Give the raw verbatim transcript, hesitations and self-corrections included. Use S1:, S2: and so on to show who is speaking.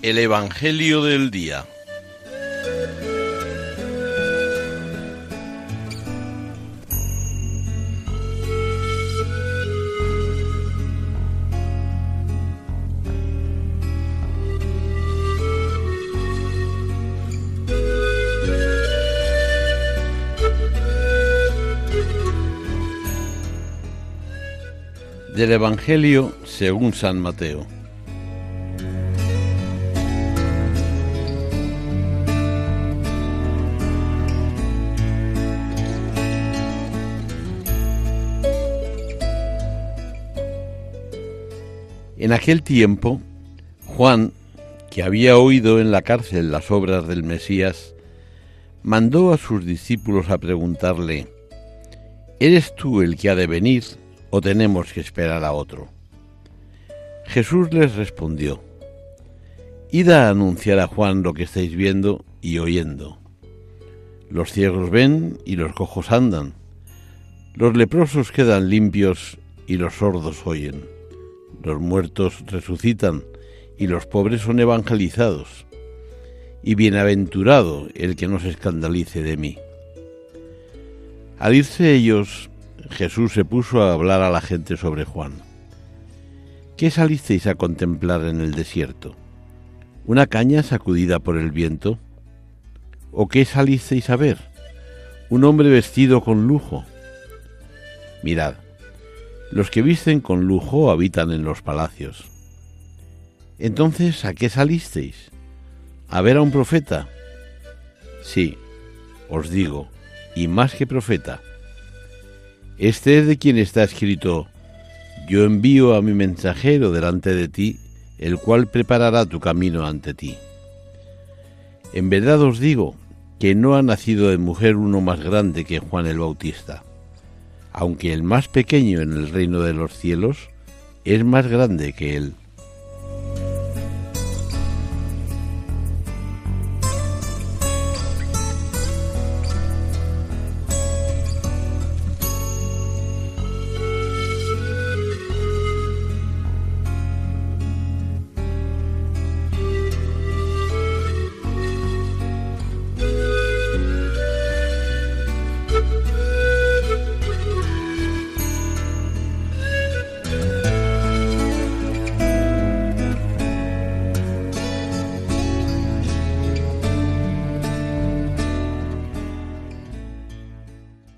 S1: El Evangelio del día. Del Evangelio según San Mateo. En aquel tiempo, Juan, que había oído en la cárcel las obras del Mesías, mandó a sus discípulos a preguntarle: ¿eres tú el que ha de venir, o tenemos que esperar a otro? Jesús les respondió: Id a anunciar a Juan lo que estáis viendo y oyendo. Los ciegos ven y los cojos andan, los leprosos quedan limpios y los sordos oyen, los muertos resucitan y los pobres son evangelizados, y bienaventurado el que no se escandalice de mí. Al irse ellos, Jesús se puso a hablar a la gente sobre Juan. ¿Qué salisteis a contemplar en el desierto? ¿Una caña sacudida por el viento? ¿O qué salisteis a ver? ¿Un hombre vestido con lujo? Mirad, los que visten con lujo habitan en los palacios. Entonces, ¿a qué salisteis? ¿A ver a un profeta? Sí, os digo, y más que profeta. Este es de quien está escrito: yo envío a mi mensajero delante de ti, el cual preparará tu camino ante ti. En verdad os digo que no ha nacido de mujer uno más grande que Juan el Bautista, aunque el más pequeño en el reino de los cielos es más grande que él.